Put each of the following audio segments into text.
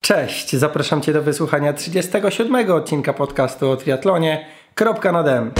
Cześć, zapraszam Cię do wysłuchania 37 odcinka podcastu o triatlonie. Kropka nad M.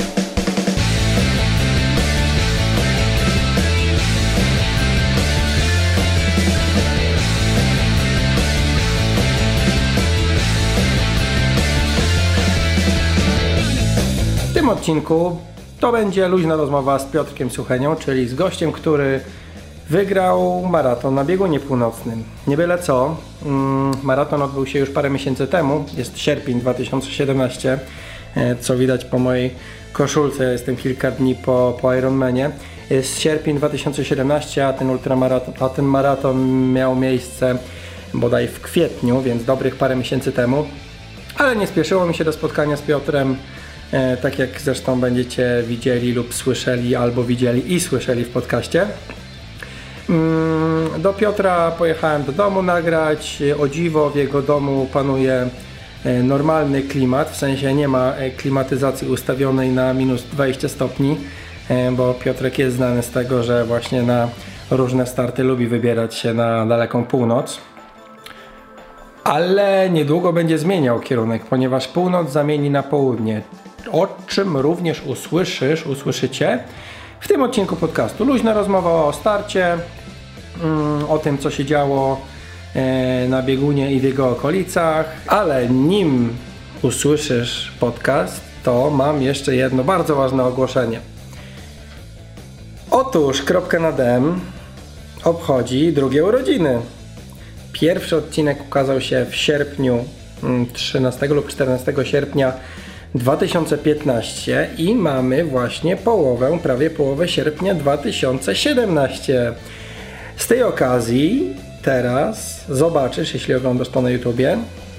W tym odcinku to będzie luźna rozmowa z Piotrkiem Suchenią, czyli z gościem, który wygrał maraton na biegunie północnym. Nie byle co, maraton odbył się już parę miesięcy temu, jest sierpień 2017, co widać po mojej koszulce, ja jestem kilka dni po Ironmanie. Jest sierpień 2017, a ten maraton miał miejsce bodaj w kwietniu, więc dobrych parę miesięcy temu. Ale nie spieszyło mi się do spotkania z Piotrem, tak jak zresztą będziecie widzieli lub słyszeli, albo widzieli i słyszeli w podcaście. Do Piotra pojechałem do domu nagrać. O dziwo w jego domu panuje normalny klimat, w sensie nie ma klimatyzacji ustawionej na minus 20 stopni, bo Piotrek jest znany z tego, że właśnie na różne starty lubi wybierać się na daleką północ. Ale niedługo będzie zmieniał kierunek, ponieważ północ zamieni na południe, o czym również usłyszycie w tym odcinku podcastu. Luźna rozmowa o starcie, o tym, co się działo na biegunie i w jego okolicach, ale nim usłyszysz podcast, to mam jeszcze jedno bardzo ważne ogłoszenie. Otóż Kropka nad M obchodzi drugie urodziny. Pierwszy odcinek ukazał się w sierpniu, 13 lub 14 sierpnia 2015 i mamy właśnie prawie połowę sierpnia 2017. Z tej okazji teraz zobaczysz, jeśli oglądasz to na YouTubie,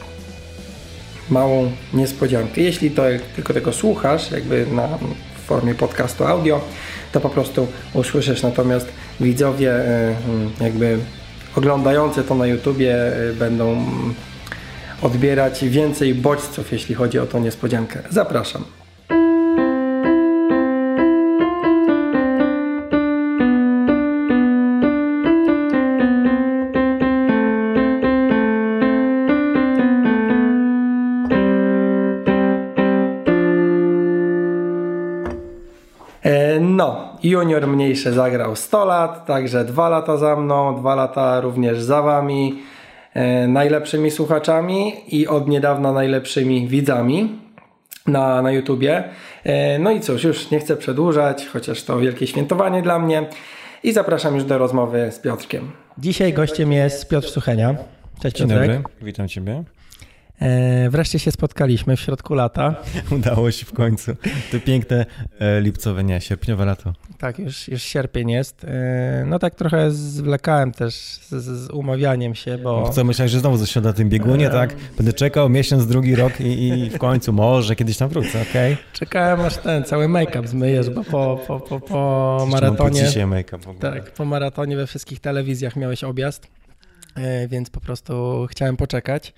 małą niespodziankę. Jeśli to tylko tego słuchasz, jakby w formie podcastu audio, to po prostu usłyszysz, natomiast widzowie jakby oglądający to na YouTubie będą odbierać więcej bodźców, jeśli chodzi o tą niespodziankę. Zapraszam. Junior mniejszy zagrał 100 lat, także 2 lata za mną, 2 lata również za Wami, najlepszymi słuchaczami i od niedawna najlepszymi widzami na YouTubie. No i cóż, już nie chcę przedłużać, chociaż to wielkie świętowanie dla mnie i zapraszam już do rozmowy z Piotrkiem. Dzisiaj gościem jest Piotr Suchenia. Cześć Piotrek. Dzień dobry, witam Ciebie. Wreszcie się spotkaliśmy w środku lata. Udało się w końcu. To piękne sierpniowe lato. Tak, już sierpień jest. No tak trochę zwlekałem też z umawianiem się, bo... Co, myślałeś, że znowu zasiądę na tym biegunie, tak? Będę czekał miesiąc, drugi rok i w końcu może kiedyś tam wrócę, okej? Czekałem aż cały make-up zmyjesz, bo po maratonie... Dzisiaj make-up w ogóle. Tak, po maratonie we wszystkich telewizjach miałeś objazd, więc po prostu chciałem poczekać.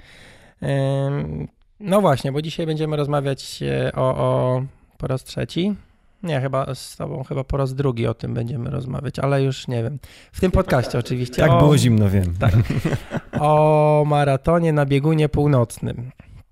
No właśnie, bo dzisiaj będziemy rozmawiać po raz trzeci. Nie, chyba z Tobą po raz drugi o tym będziemy rozmawiać, ale już nie wiem. W tym podcaście oczywiście. Tak, było zimno, wiem. Tak. O maratonie na biegunie północnym.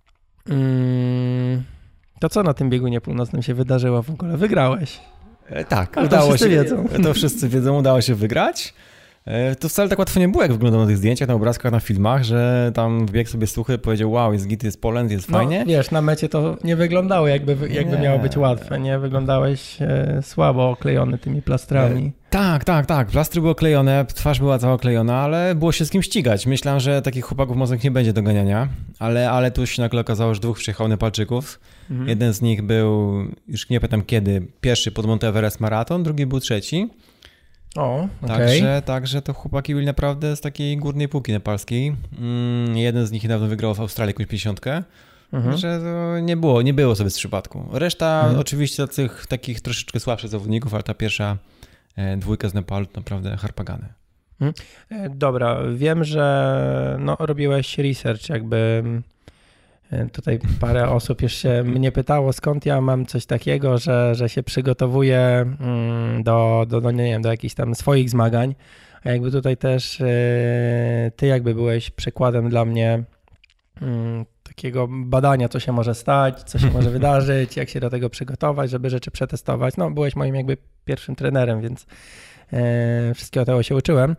To co na tym biegunie północnym się wydarzyło w ogóle? Wygrałeś. Tak, udało się. Wiedzą. To wszyscy wiedzą, udało się wygrać. To wcale tak łatwo nie było, jak wyglądało na tych zdjęciach, na obrazkach, na filmach, że tam wbiegł sobie Suchy, powiedział wow, jest git, jest Poland, jest fajnie. No wiesz, na mecie to nie wyglądało jakby miało być łatwe, nie? Wyglądałeś słabo oklejony tymi plastrami. Tak, plastry były klejone, twarz była cała klejona, ale było się z kim ścigać. Myślałem, że takich chłopaków mocnych nie będzie do ganiania, ale tu się nagle okazało, że 2 przyjechało Nepalczyków. Jeden z nich był, już nie pamiętam kiedy, pierwszy pod Mount Everest maraton, drugi był trzeci. O, okej. Także to chłopaki byli naprawdę z takiej górnej półki nepalskiej. Jeden z nich niedawno wygrał w Australii jakąś 50. Że to nie było sobie z przypadku. Reszta oczywiście takich troszeczkę słabszych zawodników, ale ta pierwsza 2 z Nepalu to naprawdę harpagany. Dobra, wiem, że robiłeś research jakby Tutaj parę osób już się mnie pytało, skąd ja mam coś takiego, że się przygotowuję nie wiem, do jakichś tam swoich zmagań. A jakby tutaj też ty jakby byłeś przykładem dla mnie takiego badania, co się może stać, co się może wydarzyć, jak się do tego przygotować, żeby rzeczy przetestować. No, byłeś moim jakby pierwszym trenerem, więc wszystkiego tego się uczyłem.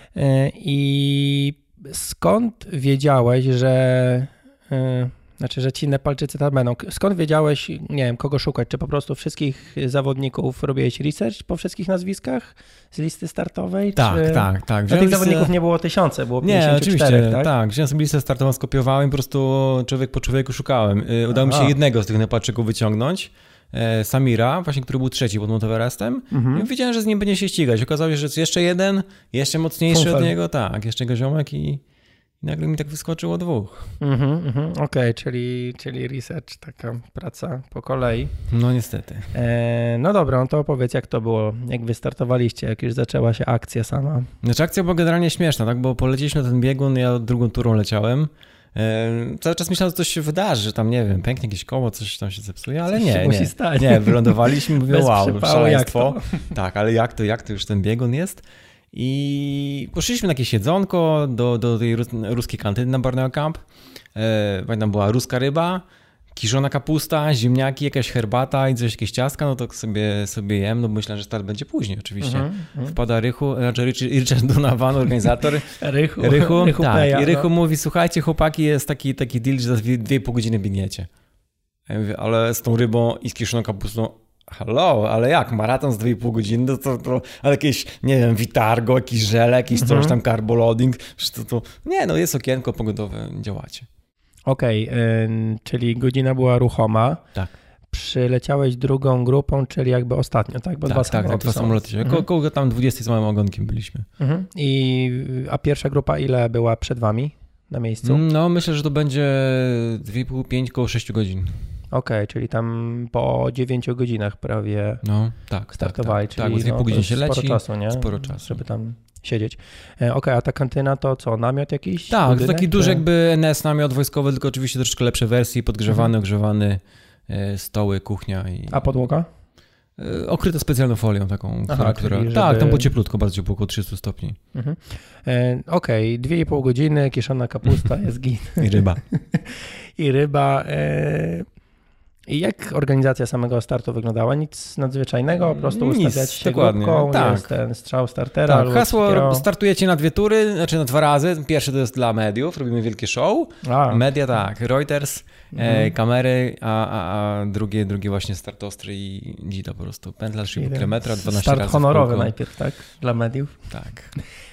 I skąd wiedziałeś, że ci Nepalczycy tam będą? Skąd wiedziałeś, nie wiem, kogo szukać? Czy po prostu wszystkich zawodników robiłeś research po wszystkich nazwiskach z listy startowej? Tak. Tych zawodników nie było tysiące, było 54, nie, oczywiście, tak? Tak, wziąłem sobie listę startową, skopiowałem i po prostu człowiek po człowieku szukałem. Udało mi się jednego z tych Nepalczyków wyciągnąć, Samira, właśnie, który był trzeci pod Mount Everestem. I wiedziałem, że z nim będzie się ścigać. Okazało się, że jest jeszcze jeden, jeszcze mocniejszy od niego, jeszcze jego ziomek i nagle mi tak wyskoczyło dwóch. Okej, czyli research, taka praca po kolei. No niestety. No dobra, no to opowiedz, jak to było, jak wystartowaliście, jak już zaczęła się akcja sama. Znaczy akcja była generalnie śmieszna, tak, bo poleciliśmy na ten biegun, ja drugą turą leciałem. Cały czas myślałem, że coś się wydarzy, że tam, nie wiem, pęknie jakieś koło, coś tam się zepsuje, ale nie, wylądowaliśmy, mówię, wow, szaleństwo. Tak, ale jak to już ten biegun jest? I poszliśmy na jakieś siedzonko do tej ruskiej kantyny na Borneo Camp. Tam była ruska ryba, kiszona kapusta, ziemniaki, jakaś herbata i jakieś ciastka, no to sobie jem, no bo myślałem, że start będzie później oczywiście. Wpada Richard Donovan, organizator. Rychu tak, i Rychu mówi, słuchajcie chłopaki, jest taki deal, że za 2,5 godziny biegniecie. Ja mówię, ale z tą rybą i z kiszoną kapustą, halo, ale jak, maraton z 2,5 godziny, ale jakieś, nie wiem, Vitargo, jakiś żel, jakiś coś tam, carboloading, nie, no jest okienko pogodowe, działacie. Okej, czyli godzina była ruchoma. Tak. Przyleciałeś drugą grupą, czyli jakby ostatnio, tak? Bo dwa samoloty. Około tam 20 z małym ogonkiem byliśmy. A pierwsza grupa ile była przed wami na miejscu? No myślę, że to będzie 2,5-5, koło 6 godzin. Okej, czyli tam po 9 godzinach prawie startowali. Tak, bo 2,5 godziny się leci. Sporo czasu, nie? Sporo czasu. Żeby tam siedzieć. A ta kantyna to co, namiot jakiś? Tak, budynek, to taki duży jakby NS namiot wojskowy, tylko oczywiście troszeczkę lepsze wersji, podgrzewany, ogrzewany, stoły, kuchnia. A podłoga? Okryte specjalną folią taką, która... Żeby... Tak, tam było cieplutko, bardzo ciepło, około 300 stopni. Okej, 2,5 godziny, kiszona kapusta, jest git. I ryba. I jak organizacja samego startu wyglądała? Nic nadzwyczajnego, po prostu ustawiać się grupką, jest ten strzał startera. Tak, hasło startujecie na 2 tury, znaczy na 2 razy. Pierwszy to jest dla mediów, robimy wielkie show. Media tak, Reuters, kamery, a drugie właśnie startostry i dzida po prostu. Pętla 3,5 km, 12 razy start honorowy najpierw, tak? Dla mediów. Tak.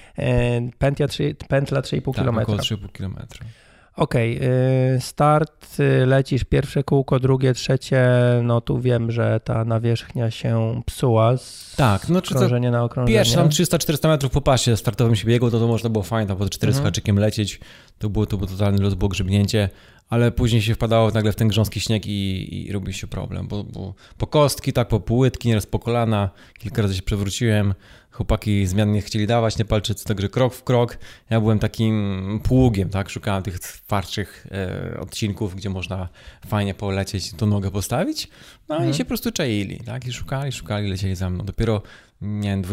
Pętla 3,5 km. Tak, około 3,5 km. Okej, start, lecisz pierwsze kółko, drugie, trzecie, no tu wiem, że ta nawierzchnia się psuła z okrążenia na okrążenie. Pierwsze tam 300-400 metrów po pasie startowym się biegło, to można było fajnie, tam po 4 z haczykiem lecieć, to było totalny los, było grzebnięcie, ale później się wpadało nagle w ten grząski śnieg i robił się problem, bo po kostki, tak po półłytki, nieraz po kolana, kilka razy się przewróciłem, chłopaki zmian nie chcieli dawać, Nepalczycy, także krok w krok. Ja byłem takim pługiem, tak? Szukałem tych twardszych odcinków, gdzie można fajnie polecieć, tą nogę postawić. No i się po prostu czaili, tak? I szukali, lecieli za mną. Dopiero, nie wiem,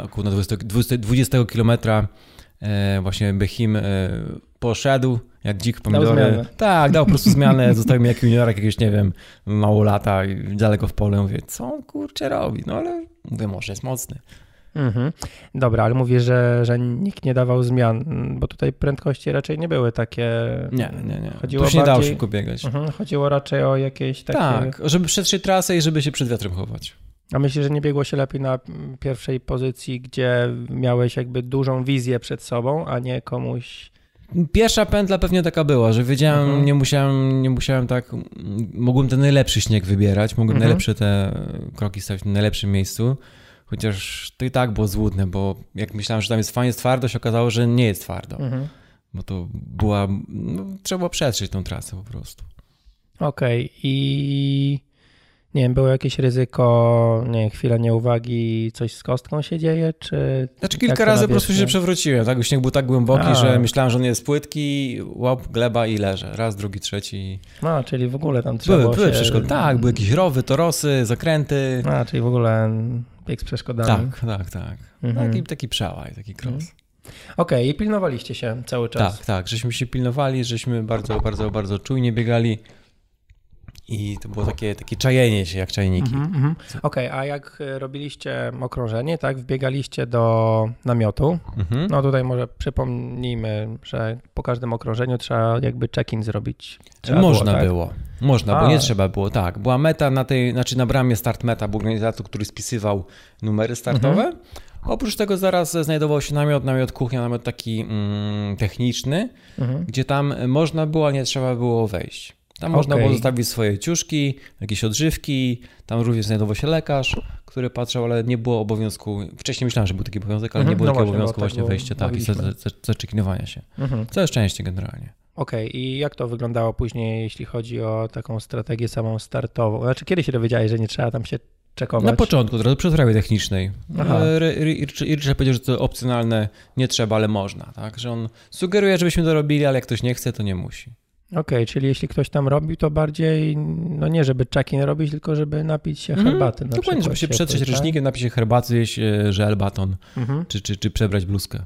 20 kilometra właśnie Behim poszedł, jak dzik pomidory. Tak, dał po prostu zmianę, zostawił mnie jak juniora, jakiegoś, nie wiem, mało lata i daleko w pole. Mówię, co on kurczę robi? No ale mówię, może jest mocny. Dobra, ale mówię, że nikt nie dawał zmian, bo tutaj prędkości raczej nie były takie... Nie. Tu się nie dało szybko biegać. Chodziło raczej o jakieś takie... Tak, żeby przetrzeć trasę i żeby się przed wiatrem chować. A myślisz, że nie biegło się lepiej na pierwszej pozycji, gdzie miałeś jakby dużą wizję przed sobą, a nie komuś... Pierwsza pętla pewnie taka była, że wiedziałem, nie musiałem tak... Mogłem ten najlepszy śnieg wybierać, mogłem najlepsze te kroki stawić w najlepszym miejscu. Chociaż to i tak było złudne, bo jak myślałem, że tam jest fajnie twardo, się okazało, że nie jest twardo. Bo to była... trzeba było przetrzeć tą trasę po prostu. Okej. I nie wiem, było jakieś ryzyko, nie wiem, chwila nieuwagi, coś z kostką się dzieje, czy... Znaczy kilka razy po prostu się przewróciłem, tak? Śnieg był tak głęboki, że myślałem, że on jest płytki, łap, gleba i leżę. Raz, drugi, trzeci. Czyli w ogóle tam trzeba były przeszkody. Tak, były jakieś rowy, torosy, zakręty. Czyli w ogóle bieg z przeszkodami. Tak. Taki przełaj, taki cross. Okej, i pilnowaliście się cały czas. Tak, żeśmy się pilnowali, żeśmy bardzo, bardzo, bardzo czujnie biegali i to było takie czajenie się jak czajniki. Okej, a jak robiliście okrążenie, tak, wbiegaliście do namiotu, no tutaj może przypomnijmy, że po każdym okrążeniu trzeba jakby check-in zrobić. Można, bo nie trzeba było, tak. Była meta na bramie start meta, był organizator, który spisywał numery startowe. Oprócz tego zaraz znajdował się namiot kuchnia, namiot taki techniczny, gdzie tam można było, a nie trzeba było wejść. Tam można było zostawić swoje ciuszki, jakieś odżywki, tam również znajdował się lekarz, który patrzył, ale nie było obowiązku, wcześniej myślałem, że był taki obowiązek, ale nie było takiego obowiązku właśnie wejścia i zaczekinowania się. Całe szczęście generalnie. Okej, i jak to wyglądało później, jeśli chodzi o taką strategię samą startową? Znaczy, kiedy się dowiedziałeś, że nie trzeba tam się czekować? Na początku, od razu przy odprawie technicznej. Richard powiedział, że to opcjonalne, nie trzeba, ale można. Tak? Że on sugeruje, żebyśmy to robili, ale jak ktoś nie chce, to nie musi. Okej, czyli jeśli ktoś tam robił, to bardziej, no nie żeby check-in robić, tylko żeby napić się herbaty. Dokładnie, żeby się przetrzeć ręcznikiem, napić się herbaty, zjeść żel, baton, czy przebrać bluzkę.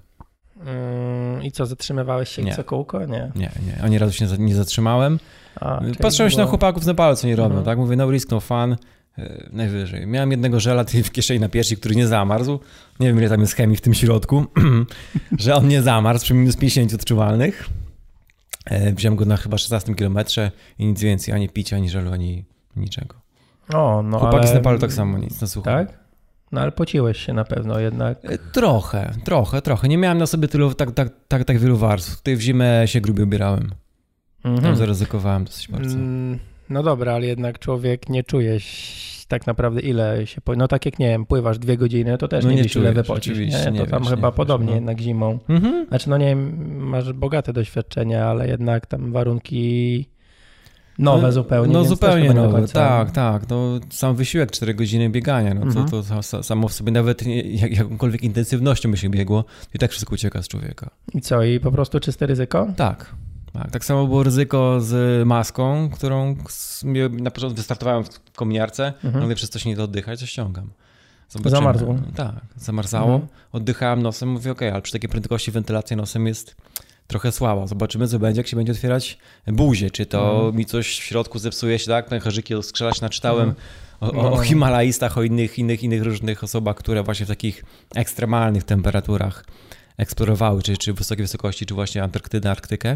I co, zatrzymywałeś się co kółko? Nie, ani razu się nie zatrzymałem. Patrzyłem się na chłopaków z Nepalu, co nie robią, tak? Mówię, no risk, no fun. Najwyżej. Miałem jednego żela w kieszeni na piersi, który nie zamarzł. Nie wiem, ile tam jest chemii w tym środku, że on nie zamarzł przy minus 50 odczuwalnych. Wziąłem go na chyba 16 kilometrze i nic więcej, ani picia, ani żelu, ani niczego. Chłopaki z Nepalu tak samo, nic na sucho. Tak? No ale pociłeś się na pewno jednak. Trochę. Nie miałem na sobie tylu, tak wielu warstw. Tutaj w zimę się grubiej ubierałem. Tam zaryzykowałem dosyć bardzo. No dobra, ale jednak człowiek nie czuje tak naprawdę ile się... No tak jak, nie wiem, pływasz 2 godziny, to też nie wiesz ile wypocisz. To tam chyba podobnie jednak zimą. Znaczy, no nie wiem, masz bogate doświadczenia, ale jednak tam warunki nowe zupełnie. No zupełnie nowe, tak. No, sam wysiłek 4 godziny biegania, no to samo w sobie nawet jakąkolwiek intensywnością by się biegło, i tak wszystko ucieka z człowieka. I co, i po prostu czyste ryzyko? Tak samo było ryzyko z maską, którą na początku wystartowałem w kominiarce, mówię, przez coś nie da oddychać, to ściągam. Zamarzło. Tak, zamarzało, oddychałem nosem, mówię, ale przy takiej prędkości wentylacja nosem jest trochę słaba. Zobaczymy, co będzie, jak się będzie otwierać buzię, czy to mi coś w środku zepsuje się, tak, pęcherzyki rozkrzelać, naczytałem o Himalajstach, o innych różnych osobach, które właśnie w takich ekstremalnych temperaturach eksplorowały, czy wysokie wysokości, czy właśnie Antarktydę, Arktykę.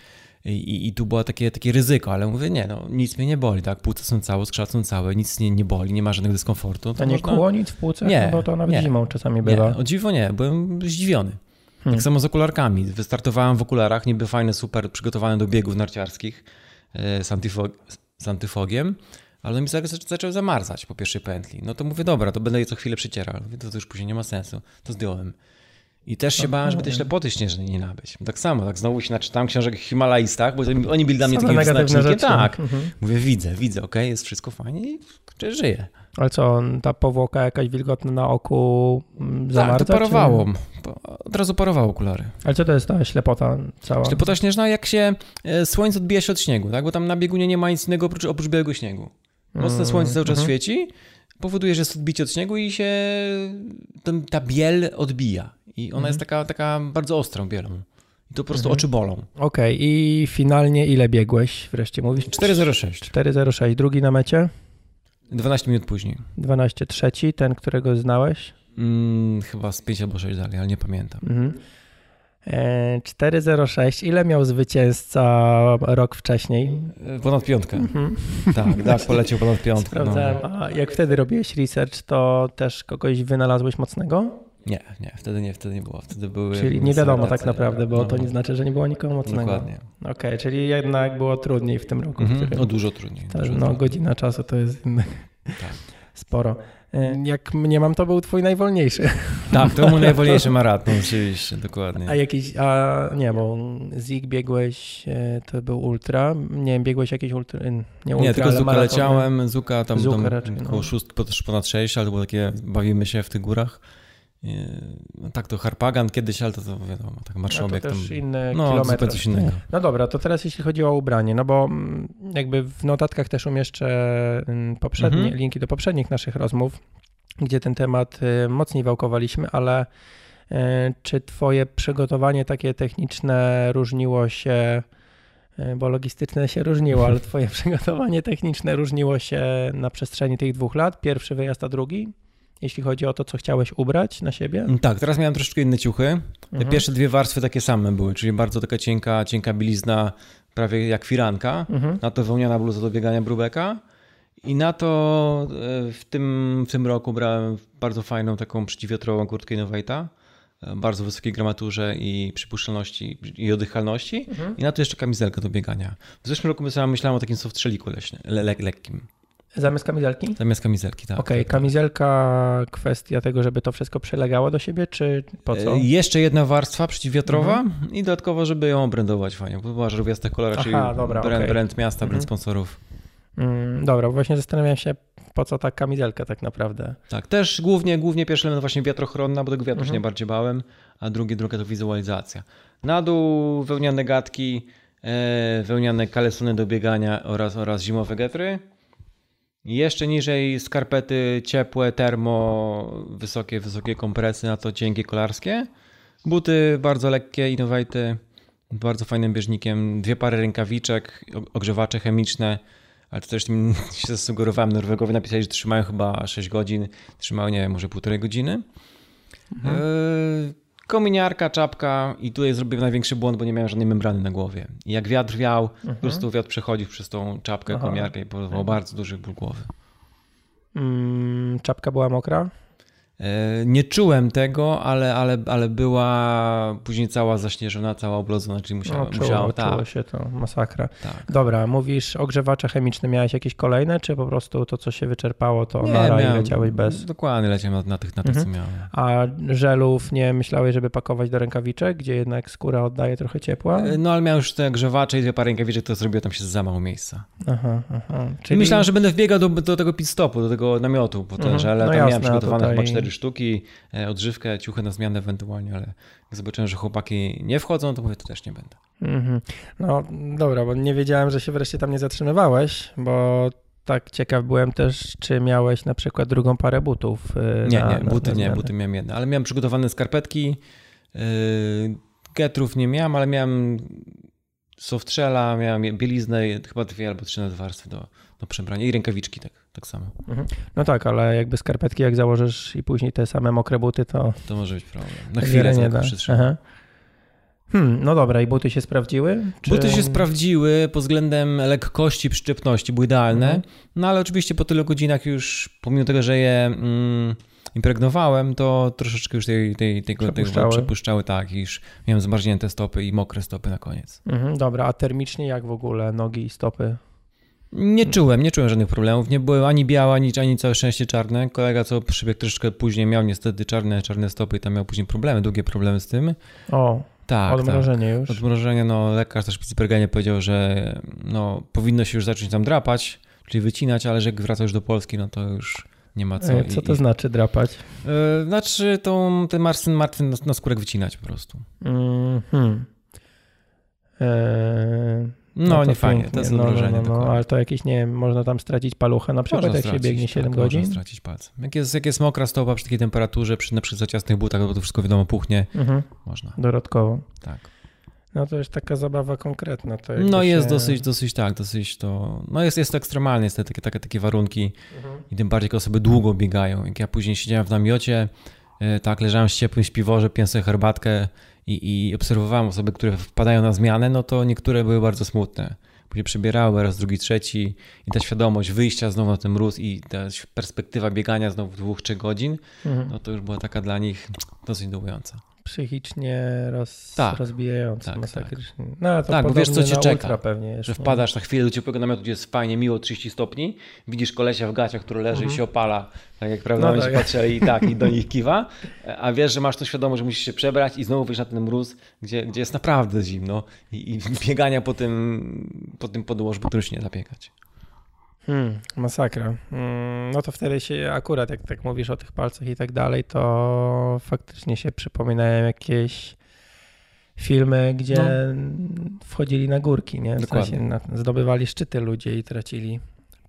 I tu było takie ryzyko, ale mówię, nic mnie nie boli, tak? Płuca są całe, skrzydła są całe, nic nie boli, nie ma żadnego dyskomfortu. To nie kłuło nic w płucach? Nie, bo to nawet zimą czasami bywa. Nie, o dziwo nie, byłem zdziwiony. Tak samo z okularkami. Wystartowałem w okularach, niby fajne, super, przygotowane do biegów narciarskich z antyfogiem, ale mi zaczął zamarzać po pierwszej pętli. No to mówię, dobra, to będę je co chwilę przycierał. Mówię, to już później nie ma sensu. To zdjąłem. I też się bałem, żeby tej ślepoty śnieżnej nie nabyć. Tak samo, znowu się naczytałem książek o Himalajstach, bo oni byli dla mnie takim wyznacznikiem. Tak, mówię, widzę, okej, jest wszystko fajnie i żyję. Ale co, ta powłoka jakaś wilgotna na oku zamarza? Tak, to parowało. Od razu parowało okulary. Ale co to jest ta ślepota cała? Ślepota śnieżna, jak się słońce odbija się od śniegu, tak? Bo tam na biegunie nie ma nic innego oprócz białego śniegu. Mocne słońce cały czas świeci, powoduje, że jest odbicie od śniegu i się ta biel odbija. I ona jest taka bardzo ostrą bielą. I to po prostu oczy bolą. Okej, i finalnie ile biegłeś? Wreszcie mówisz? 4:06. 4:06. Drugi na mecie? 12 minut później. 12, trzeci, ten, którego znałeś? Chyba z 5 albo 6 dalej, ale nie pamiętam. 4:06. Ile miał zwycięzca rok wcześniej? Ponad 5. Tak, poleciał ponad 5. Sprawdzałem. A jak wtedy robiłeś research, to też kogoś wynalazłeś mocnego? Nie, wtedy nie było. Wtedy były. Czyli nie wiadomo tak naprawdę, bo to nie znaczy, że nie było nikogo mocnego. Dokładnie. Okej, czyli jednak było trudniej w tym roku. Dużo trudniej. Godzina czasu to jest sporo. Jak mniemam, to był twój najwolniejszy. Tak, to był mój najwolniejszy maraton, oczywiście, dokładnie. Bo Zik biegłeś, to był ultra, nie wiem, biegłeś jakieś ultra, nie, tylko Zuka leciałem, Zuka tam raczej, około 6, też ponad 6, ale to było takie, bawimy się w tych górach. No tak, to Harpagan kiedyś, ale to wiadomo, tak marszobieg. To też tam, inny kilometr. Coś innego. No dobra, to teraz jeśli chodzi o ubranie, no bo jakby w notatkach też umieszczę linki do poprzednich naszych rozmów, gdzie ten temat mocniej wałkowaliśmy, ale Czy twoje przygotowanie takie techniczne różniło się, bo logistyczne się różniło, ale twoje przygotowanie techniczne różniło się na przestrzeni tych 2 lat? Pierwszy wyjazd, a drugi? Jeśli chodzi o to, co chciałeś ubrać na siebie? Tak, teraz miałem troszeczkę inne ciuchy. Te pierwsze 2 warstwy takie same były, czyli bardzo taka cienka bielizna, prawie jak firanka. Na to wełniana bluza do biegania Brubecka. I na to w tym roku brałem bardzo fajną taką przeciwwiatrową kurtkę Innovate'a. Bardzo wysokiej gramaturze i przypuszczalności i oddychalności. I na to jeszcze kamizelkę do biegania. W zeszłym roku myślałem o takim softrzeliku lekkim. Zamiast kamizelki? Zamiast kamizelki, tak. Okej, kamizelka, kwestia tego, żeby to wszystko przylegało do siebie, czy po co? Jeszcze jedna warstwa przeciwwiatrowa i dodatkowo, żeby ją obrędować fajnie. Bo była żarówka kolora, czyli brand miasta, brand sponsorów. Dobra, właśnie zastanawiam się, po co ta kamizelka tak naprawdę. Tak, też głównie pierwszy element właśnie wiatrochronna, bo tego wiatru się najbardziej bałem, a druga to wizualizacja. Na dół wełniane gadki, wełniane kalesony do biegania oraz zimowe getry. Jeszcze niżej skarpety ciepłe, termo, wysokie kompresy, na to cienkie kolarskie. Buty bardzo lekkie, Innovate'y, bardzo fajnym bieżnikiem. 2 pary rękawiczek, ogrzewacze chemiczne, ale to też się zasugerowałem. Norwegowie napisali, że trzymają chyba 6 godzin, trzymają, nie wiem, może 1,5 godziny. Kominiarka, czapka i tutaj zrobiłem największy błąd, bo nie miałem żadnej membrany na głowie. I jak wiatr wiał, po prostu wiatr przechodził przez tą czapkę, kominiarkę i powodował bardzo duży ból głowy. Czapka była mokra? Nie czułem tego, ale była później cała zaśnieżona, cała oblodzona, czyli musiała czuło się to, masakra. Tak. Dobra, mówisz ogrzewacze chemiczne, miałeś jakieś kolejne, czy po prostu to, co się wyczerpało, to i leciałeś bez? Dokładnie, leciałem na tych, co miałem. A żelów nie myślałeś, żeby pakować do rękawiczek, gdzie jednak skóra oddaje trochę ciepła? No ale miałem już te grzewacze i 2 pary rękawiczek, to zrobiło tam się za mało miejsca. Czyli... Myślałem, że będę wbiegał do tego pit stopu, do tego namiotu, bo te żele tam miałem przygotowane chyba 4 sztuki, odżywkę, ciuchy na zmianę ewentualnie, ale jak zobaczyłem, że chłopaki nie wchodzą, to mówię, to też nie będę. No dobra, bo nie wiedziałem, że się wreszcie tam nie zatrzymywałeś, bo tak ciekaw byłem też, czy miałeś na przykład drugą parę butów. Buty miałem jedne, ale miałem przygotowane skarpetki, getrów nie miałem, ale miałem softshella, miałem bieliznę, chyba 2 albo 3 warstwy do przebrania i rękawiczki tak samo. No tak, ale jakby skarpetki jak założysz i później te same mokre buty, to może być problem. Na chwilę nie da. No dobra, i buty się sprawdziły? Buty się sprawdziły pod względem lekkości, przyczepności, były idealne, no ale oczywiście po tylu godzinach już, pomimo tego, że je impregnowałem, to troszeczkę już tego przepuszczały, tak, iż miałem zmarznięte stopy i mokre stopy na koniec. Dobra, a termicznie jak w ogóle nogi i stopy? Nie czułem żadnych problemów, nie były ani białe, ani całe szczęście czarne. Kolega, co przybiegł troszeczkę później, miał niestety czarne stopy i tam miał później długie problemy z tym. Tak, odmrożenie już. Odmrożenie, lekarz też w Spitsbergenie powiedział, że powinno się już zacząć tam drapać, czyli wycinać, ale że jak wraca już do Polski, no to już nie ma co. Co to znaczy drapać? Znaczy ten martwy na skórek wycinać po prostu. Nie fajnie, to jest odmrożenie. Ale to jakieś, nie wiem, można tam stracić paluchę na przykład, jak się biegnie 7 godzin? Można stracić palce. Jak jest mokra stopa przy takiej temperaturze, na przykład za ciasnych butach, bo to wszystko wiadomo puchnie, można. Dodatkowo. Tak. No to już taka zabawa konkretna. To jest dosyć to... Jest to ekstremalne, jest takie warunki i tym bardziej, jak osoby długo biegają. Jak ja później siedziałem w namiocie, leżałem w ciepłym śpiworze, piłem sobie herbatkę i obserwowałem osoby, które wpadają na zmianę, no to niektóre były bardzo smutne. Później przebierały raz, drugi, trzeci i ta świadomość wyjścia znowu na ten mróz i ta perspektywa biegania znowu 2-3 godzin, no to już była taka dla nich dosyć dołująca. Psychicznie rozbijające, masakrycznie. Bo wiesz, co cię czeka, pewnie jest, że wpadasz na chwilę do ciepłego namiotu, gdzie jest fajnie, miło 30 stopni, widzisz kolesia w gaciach, który leży i się opala, tak jak prawda, się patrzyli i do nich kiwa, a wiesz, że masz to świadomość, że musisz się przebrać i znowu wyjść na ten mróz, gdzie jest naprawdę zimno i biegania po tym podłożu, po którym się nie da biegać. Masakra. No to wtedy się akurat, jak tak mówisz o tych palcach i tak dalej, to faktycznie się przypominają jakieś filmy, gdzie wchodzili na górki, nie? W sensie zdobywali szczyty ludzie i tracili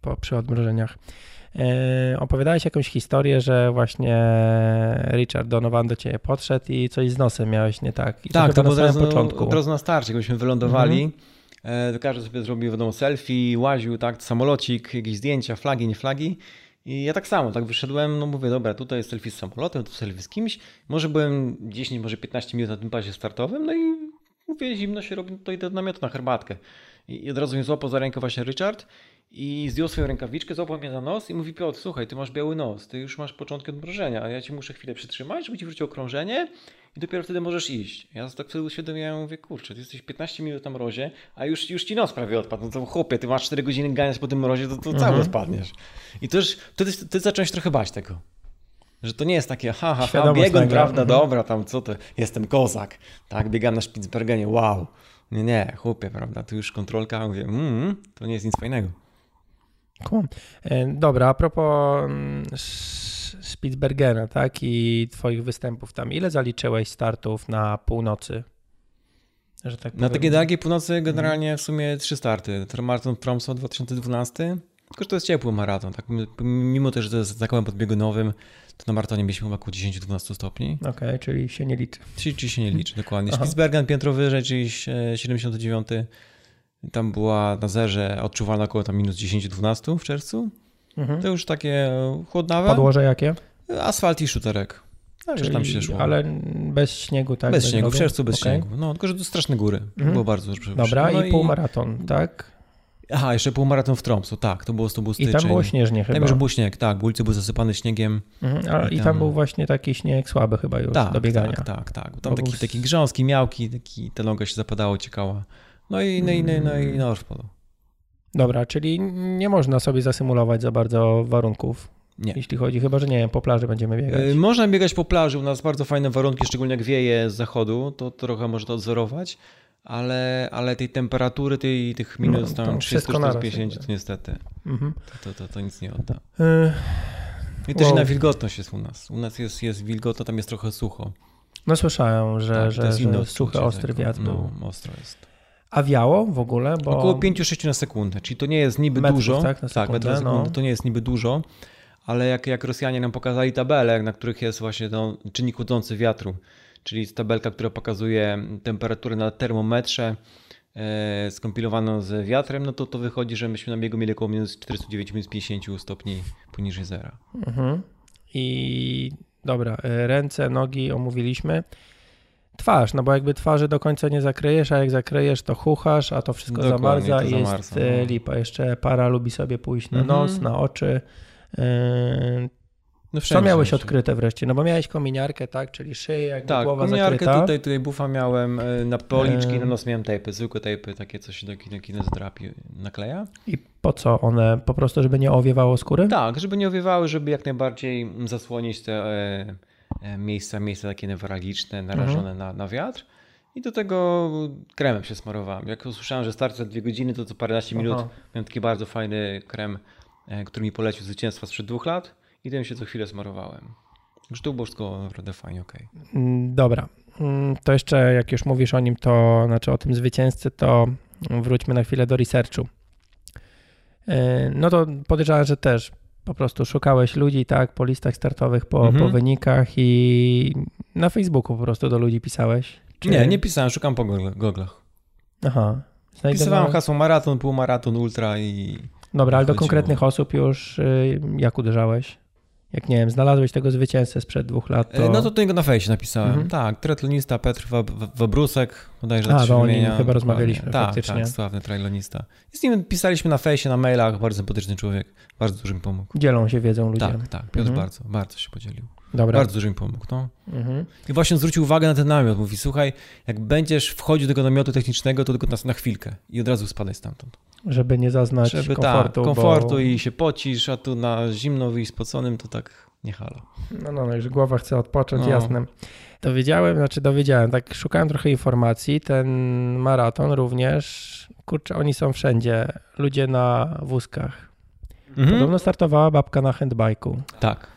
przy odmrożeniach. Opowiadałeś jakąś historię, że właśnie Richard Donovan do ciebie podszedł i coś z nosem miałeś nie tak. I tak, to było na samym początku. Od razu na starcie, jak byśmy wylądowali, to każdy sobie zrobił wiadomo selfie, łaził, tak, samolocik, jakieś zdjęcia, flagi, nie flagi. I ja tak samo, tak wyszedłem, no mówię, dobra, tutaj jest selfie z samolotem, tu selfie z kimś. Może byłem 10, może 15 minut na tym pasie startowym, no i mówię, zimno się robi, to idę do namiotu na herbatkę. I od razu mnie złapał za rękę właśnie Richard i zdjął swoją rękawiczkę, złapał mnie za nos i mówi: Piotr, słuchaj, ty masz biały nos, ty już masz początki odmrożenia, a ja ci muszę chwilę przytrzymać, żeby ci wróciło krążenie i dopiero wtedy możesz iść. Ja tak wtedy uświadomiłem, mówię, kurczę, ty jesteś 15 minut na mrozie, a już ci nos prawie odpadł. No to chłopie, ty masz 4 godziny ganiać po tym mrozie, to cały odpadniesz. I to już wtedy zacząłeś trochę bać tego. Że to nie jest takie biegun, prawda, dobra, tam co to, jestem kozak, tak, biegam na Spitsbergenie, wow. Nie, chłopie, prawda, tu już kontrolka, mówię, to nie jest nic fajnego. Cool. Dobra, a propos Spitsbergena, tak, i twoich występów tam, ile zaliczyłeś startów na północy? Że tak na takiej dalekiej północy generalnie w sumie 3 starty. Maraton Tromsø 2012, tylko że to jest ciepły maraton, tak, mimo też, że to jest zakładem podbiegunowym, to na maratonie mieliśmy chyba około 10-12 stopni. Okej, czyli się nie liczy. Czyli się nie liczy, dokładnie. Spitsbergen piętro wyżej, czyli 79. Tam była na zerze odczuwalna około tam minus 10-12 w czerwcu. To już takie chłodnawe. Podłoże jakie? Asfalt i szuterek. Także tam się szło. Ale bez śniegu, tak? Bez śniegu, w czerwcu bez śniegu. No, tylko że to straszne góry. Było bardzo dobrze. Dobra, no i półmaraton, tak? Aha, jeszcze półmaraton w Tromsø, tak, to było styczeń. I tam było śnieżnie chyba. Tam już był śnieg, tak, ulice były zasypane śniegiem. I tam był właśnie taki śnieg słaby chyba już do biegania. Tak. Tam taki grząski, miałki, ta noga się zapadało, ciekała. No i wpadł. Dobra, czyli nie można sobie zasymulować za bardzo warunków. Nie. Jeśli chodzi, chyba że nie wiem, po plaży będziemy biegać. Można biegać po plaży, u nas bardzo fajne warunki, szczególnie jak wieje z zachodu, to trochę może to odzorować. Ale tej temperatury, tych minus tam 30-50 to niestety to nic nie odda. I też inna wilgotność jest u nas. U nas jest wilgotno, tam jest trochę sucho. No słyszałem, że suchy, ostry wiatr był. No, ostro jest. A wiało w ogóle? Bo... Około 5-6 na sekundę, czyli to nie jest niby metrów, dużo. Tak, na sekundę, metrów na sekundę, to nie jest niby dużo, ale jak Rosjanie nam pokazali tabelę, na których jest właśnie czynnik chłodzący wiatru, czyli tabelka, która pokazuje temperaturę na termometrze skompilowaną z wiatrem, no to wychodzi, że myśmy na biegu mieli około minus 49, minus 50 stopni poniżej zera. I dobra, ręce, nogi omówiliśmy. Twarz, no bo jakby twarzy do końca nie zakryjesz, a jak zakryjesz, to chuchasz, a to wszystko zamarza i jest lipa. Jeszcze para lubi sobie pójść na nos, na oczy. No co miałeś odkryte wreszcie? No bo miałeś kominiarkę, tak? Czyli szyję, jakby głowa zakryta. Tak, tutaj bufa miałem, na policzki, na nos miałem tejpy, zwykłe tejpy, takie coś do kinezoterapii nakleja. I po co one? Po prostu, żeby nie owiewało skóry? Tak, żeby nie owiewały, żeby jak najbardziej zasłonić te miejsca takie newralgiczne, narażone na wiatr. I do tego kremem się smarowałem. Jak usłyszałem, że start za 2 godziny, to co paręnaście minut miałem taki bardzo fajny krem, który mi polecił zwycięstwa sprzed 2 lat. I tym się co chwilę smarowałem. Już to było wszystko naprawdę fajnie, okej. Dobra. To jeszcze jak już mówisz o nim, to znaczy o tym zwycięzcy, to wróćmy na chwilę do researchu. No to podejrzewam, że też po prostu szukałeś ludzi, tak, po listach startowych, po wynikach i na Facebooku po prostu do ludzi pisałeś? Czy... Nie pisałem, szukam po goglach. Aha. Pisywałem hasło maraton, półmaraton, ultra i... Dobra, ale do konkretnych osób już jak uderzałeś? Jak nie wiem, znalazłeś tego zwycięzcę sprzed 2 lat, to... No to do niego na fejsie napisałem. Tak, triatlonista Petr Wabrusek, bodajże bo o nim chyba rozmawialiśmy faktycznie. Tak, sławny triatlonista. I z nim pisaliśmy na fejsie, na mailach, bardzo sympatyczny człowiek, bardzo dużo mi pomógł. Dzielą się wiedzą ludzie. Tak, Piotr bardzo się podzielił. Dobra. Bardzo dużo mi pomógł, no. I właśnie zwrócił uwagę na ten namiot. Mówi, słuchaj, jak będziesz wchodził do tego namiotu technicznego, to tylko na chwilkę i od razu spadaj stamtąd. Żeby nie zaznać komfortu i się pocisz, a tu na zimno wyjść spoconym, to tak nie halo. No, że głowa chce odpocząć, jasne. Dowiedziałem, tak szukałem trochę informacji, ten maraton również, kurczę, oni są wszędzie, ludzie na wózkach. Podobno startowała babka na handbike'u. Tak.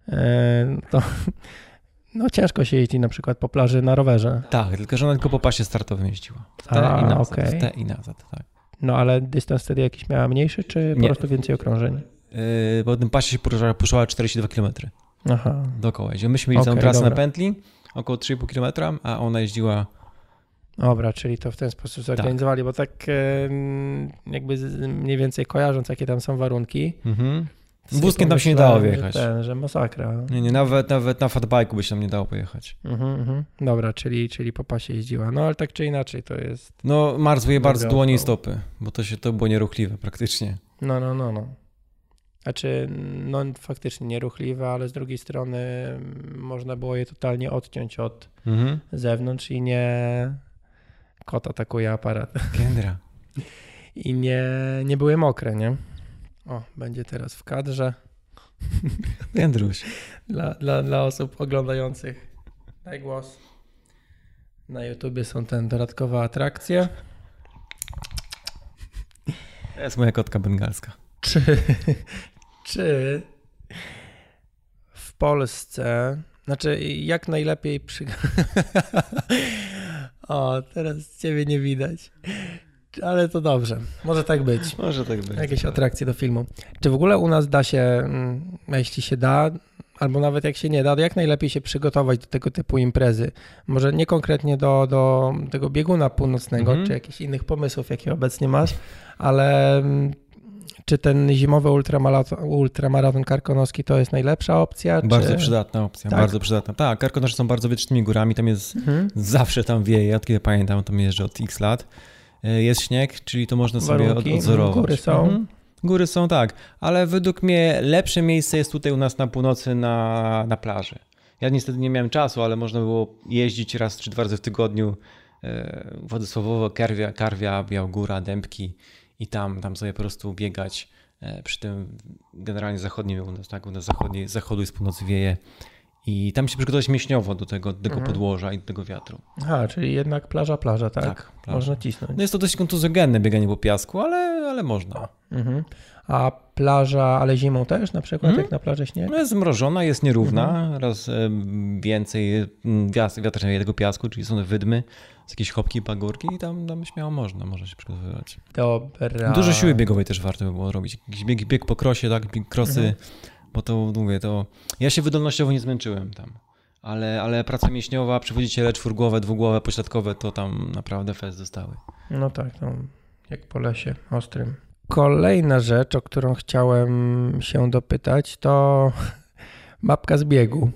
No ciężko się jeździ na przykład po plaży na rowerze. Tak, tylko że ona tylko po pasie startowym jeździła. W te i nazad, tak. No ale dystans wtedy jakiś miała mniejszy, czy po prostu więcej okrążeń? Po tym pasie się poruszała 42 km. Aha. Dookoła. Myśmy mieli całą trasę na pętli, około 3,5 km, a ona jeździła... Dobra, czyli to w ten sposób zorganizowali, bo tak jakby mniej więcej kojarząc, jakie tam są warunki. Wózkiem tam się nie dało wjechać. Że masakra. Nie, nawet na fatbike'u by się tam nie dało pojechać. Dobra, czyli po pasie jeździła. No ale tak czy inaczej to jest... No marzły bardzo dłonie i stopy, bo to było nieruchliwe praktycznie. No. Znaczy, no faktycznie nieruchliwe, ale z drugiej strony można było je totalnie odciąć od zewnątrz i nie... Kot atakuje aparat. Kendra. I nie były mokre, nie? O, będzie teraz w kadrze. Kendruś. Dla osób oglądających. Daj głos. Na YouTubie są dodatkowe atrakcje. To jest moja kotka bengalska. Czy w Polsce, znaczy jak najlepiej O, teraz ciebie nie widać. Ale to dobrze. Może tak być. Może tak być. Jakieś atrakcje do filmu. Czy w ogóle u nas da się, jeśli się da, albo nawet jak się nie da, jak najlepiej się przygotować do tego typu imprezy? Może nie konkretnie do tego bieguna północnego, czy jakichś innych pomysłów, jakie obecnie masz, ale czy ten zimowy ultramaraton karkonoski to jest najlepsza opcja? Bardzo przydatna opcja, tak? Bardzo przydatna. Tak, Karkonosze są bardzo wietrznymi górami, tam jest, zawsze tam wieje, od kiedy pamiętam, tam jeżdżę od x lat. Jest śnieg, czyli to można sobie odzorować. Góry są. Góry są, tak, ale według mnie lepsze miejsce jest tutaj u nas na północy na plaży. Ja niestety nie miałem czasu, ale można było jeździć raz czy dwa razy w tygodniu Władysławowo, Karwia, Białgóra, Dębki i tam sobie po prostu biegać przy tym generalnie zachodnim u nas, tak? U nas zachodu i z północy wieje. I tam się przygotować mięśniowo do tego podłoża i do tego wiatru. Aha, czyli jednak plaża, tak? Tak, plaża. Można cisnąć. No jest to dość kontuzjogenne bieganie po piasku, ale można. A plaża, ale zimą też na przykład, jak na plaży śnieg? No jest zmrożona, jest nierówna, raz więcej wiatr nie tego piasku, czyli są wydmy, jakieś chopki, pagórki i tam śmiało można się przygotowywać. Dobra. Dużo siły biegowej też warto by było robić. Jakiś bieg po krosie, tak, krosy, bo to mówię, ja się wydolnościowo nie zmęczyłem tam, ale praca mięśniowa, przywodziciele czwórgłowe, dwugłowe, pośladkowe, to tam naprawdę fest dostały. No tak, jak po lesie ostrym. Kolejna rzecz, o którą chciałem się dopytać, to mapka z biegu.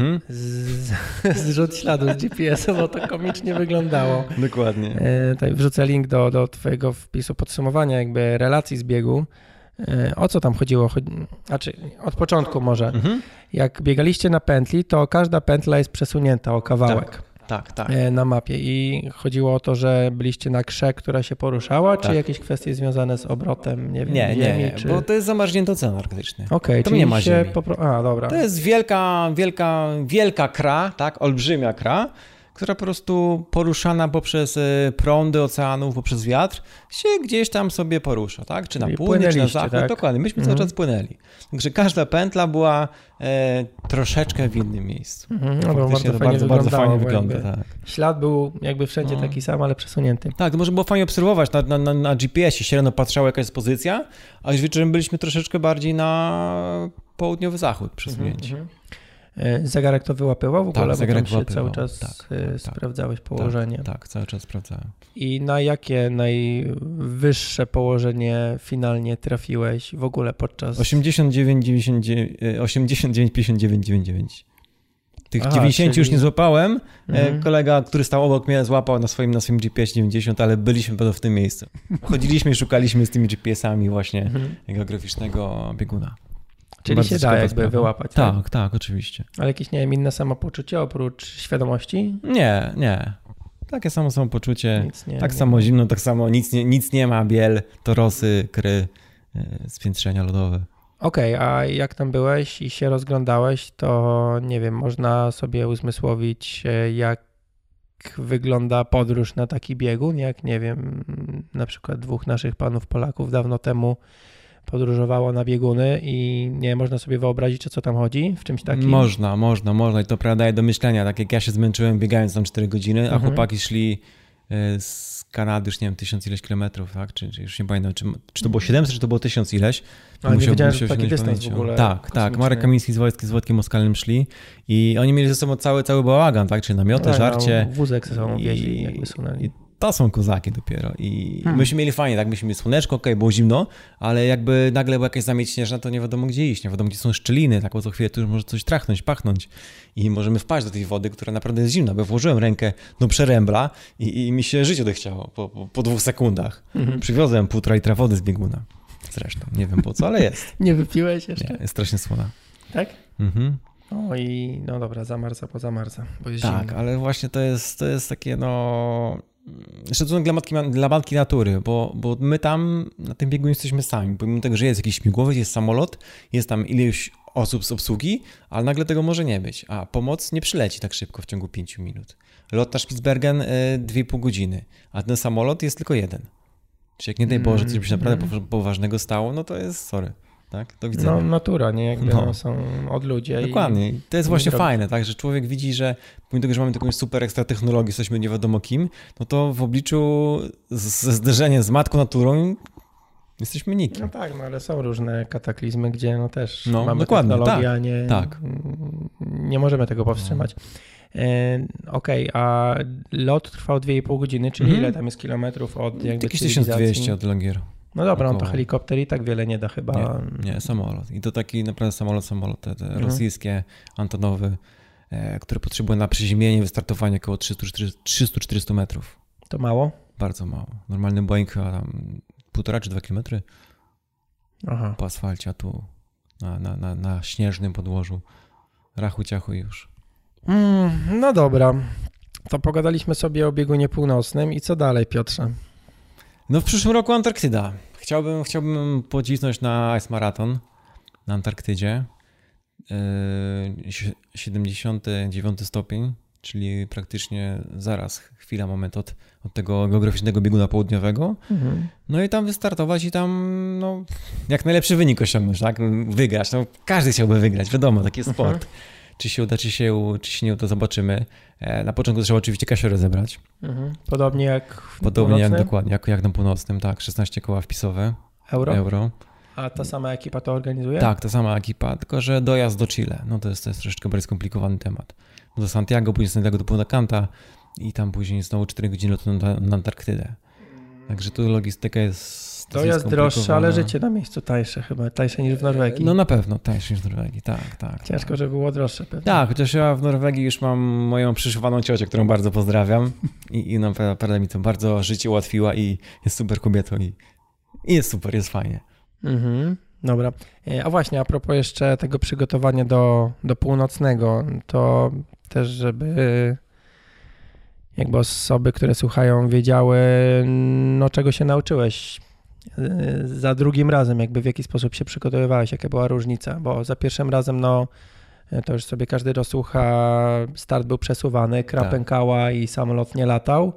Zrzut śladu z GPS-u, bo to komicznie wyglądało. Dokładnie. Tutaj wrzucę link do twojego wpisu podsumowania jakby relacji z biegu. O co tam chodziło? Znaczy, od początku może. Jak biegaliście na pętli, to każda pętla jest przesunięta o kawałek. Tak. Na mapie i chodziło o to, że byliście na krze, która się poruszała, czy jakieś kwestie związane z obrotem, nie wiem, ziemi? Nie, bo to jest zamarznięty ocean arktyczny. Okej, to nie ma ziemi. Dobra. To jest wielka kra, tak, olbrzymia kra, która po prostu poruszana poprzez prądy oceanów, poprzez wiatr, się gdzieś tam sobie porusza, tak? Czy na południe, czy na zachód. Tak? Dokładnie, myśmy cały czas płynęli. Także każda pętla była troszeczkę w innym miejscu. Faktycznie to bardzo fajnie wygląda. Tak. Ślad był jakby wszędzie taki sam, ale przesunięty. Tak, to może było fajnie obserwować na GPS-ie, się rano patrzyła jaka jest pozycja, a już wieczorem byliśmy troszeczkę bardziej na południowy zachód przesunięci. Zegarek to wyłapywał w ogóle? Tak, zegarek wyłapywał. Cały czas sprawdzałeś położenie. Tak, cały czas sprawdzałem. I na jakie najwyższe położenie finalnie trafiłeś w ogóle podczas... 89,59,99. Tych 90 już nie złapałem. Kolega, który stał obok mnie, złapał na swoim GPS 90, ale byliśmy w tym miejscu. Chodziliśmy i szukaliśmy z tymi GPS-ami właśnie geograficznego bieguna. Czyli bardzo się da jakby wyłapać. Tak, oczywiście. Ale jakieś, nie wiem, inne samopoczucie oprócz świadomości? Nie. Takie samo samopoczucie, samo zimno, tak samo nic nie ma, biel, torosy, kry, spiętrzenia lodowe. Okej, a jak tam byłeś i się rozglądałeś, to nie wiem, można sobie uzmysłowić, jak wygląda podróż na taki biegun, jak nie wiem, na przykład dwóch naszych panów Polaków dawno temu podróżowało na bieguny i nie można sobie wyobrazić, o co tam chodzi w czymś takim? Można i to prawda daje do myślenia, tak jak ja się zmęczyłem biegając tam 4 godziny, a chłopaki szli z Kanady, już nie wiem, 1000 ileś kilometrów, tak? Czy już nie pamiętam, czy to było 700, czy to było 1000 ileś. Ale nie wiedziałem, że taki dystans w ogóle. Tak. Marek Kamiński z Wojtkiem Moskalnym szli i oni mieli ze sobą cały bałagan, tak? Czyli namioty, żarcie. Wózek ze sobą wieźli, jakby sunęli. To są kozaki dopiero i myśmy mieli fajnie, tak, myśmy mieli słoneczko, było zimno, ale jakby nagle była jakaś zamieć śnieżna, to nie wiadomo gdzie iść, nie wiadomo gdzie są szczeliny, tak, bo co chwilę tu już może coś trachnąć, pachnąć i możemy wpaść do tej wody, która naprawdę jest zimna, bo włożyłem rękę do przerębla i mi się życie odechciało po 2 sekundach. Przywiozłem 1,5 litra wody z bieguna, zresztą, nie wiem po co, ale jest. Nie wypiłeś jeszcze? Nie, jest strasznie słona. Tak? No i no dobra, zamarza, bo jest tak, zimno. Ale właśnie to jest takie szacunek dla matki natury, bo my tam na tym biegu jesteśmy sami, pomimo tego, że jest jakiś śmigłowiec, jest samolot, jest tam ileś osób z obsługi, ale nagle tego może nie być, a pomoc nie przyleci tak szybko w ciągu 5 minut. Lot na Spitsbergen 2,5 godziny, a ten samolot jest tylko 1. Czyli jak nie daj Boże, coś by się naprawdę poważnego stało, no to jest sorry. Tak? Do widzenia. No natura, nie? Jakby są od ludzi. Dokładnie. To jest właśnie fajne, tak? Że człowiek widzi, że pomimo tego, że mamy taką super ekstra technologię, jesteśmy nie wiadomo kim, no to w obliczu ze zderzeniem z matką naturą jesteśmy nikim. No tak, no ale są różne kataklizmy, gdzie no też mamy dokładnie, technologię, tak, nie możemy tego powstrzymać. Okej, a lot trwał 2,5 godziny, czyli ile tam jest kilometrów od jakby jakieś 1200 od Longier. No dobra, no to helikopter i tak wiele nie da chyba. Nie, samolot. I to taki naprawdę samolot te rosyjskie, Antonowy, które potrzebują na przyziemienie, wystartowanie około 300-400 metrów. To mało? Bardzo mało. Normalny Boeing chyba tam 1,5 czy 2 kilometry po asfalcie, a tu na śnieżnym podłożu rachu ciachu już. No dobra, to pogadaliśmy sobie o biegunie północnym i co dalej, Piotrze? No w przyszłym roku Antarktyda. Chciałbym pocisnąć na Ice Marathon na Antarktydzie. 79 stopień, czyli praktycznie moment od tego geograficznego bieguna południowego. No i tam wystartować i tam jak najlepszy wynik osiągnąć, tak? Wygrać. No, każdy chciałby wygrać, wiadomo, taki jest sport. Czy się uda, czy się nie uda, zobaczymy. Na początku trzeba oczywiście kasiorę zebrać. Podobnie jak dokładnie, jak na północnym, tak. 16 koła wpisowe. Euro. A ta sama ekipa to organizuje? Tak, ta sama ekipa, tylko że dojazd do Chile, no to jest troszeczkę bardziej skomplikowany temat. Do Santiago, później z Santiago do Punta Cana i tam później znowu 4 godziny lotu na Antarktydę. Także tu logistyka jest dojazd droższy, ale życie na miejscu tańsze chyba, tańsze niż w Norwegii. No na pewno tańsze niż w Norwegii, tak. Ciężko, żeby było droższe pewnie. Tak, chociaż ja w Norwegii już mam moją przyszywaną ciocię, którą bardzo pozdrawiam i naprawdę mi to bardzo życie ułatwiła i jest super kobietą i jest super, jest fajnie. Dobra. A właśnie, a propos jeszcze tego przygotowania do północnego, to też, żeby jakby osoby, które słuchają, wiedziały, czego się nauczyłeś za drugim razem, jakby w jaki sposób się przygotowywałeś, jaka była różnica, bo za pierwszym razem, to już sobie każdy rozsłucha, start był przesuwany, pękała i samolot nie latał.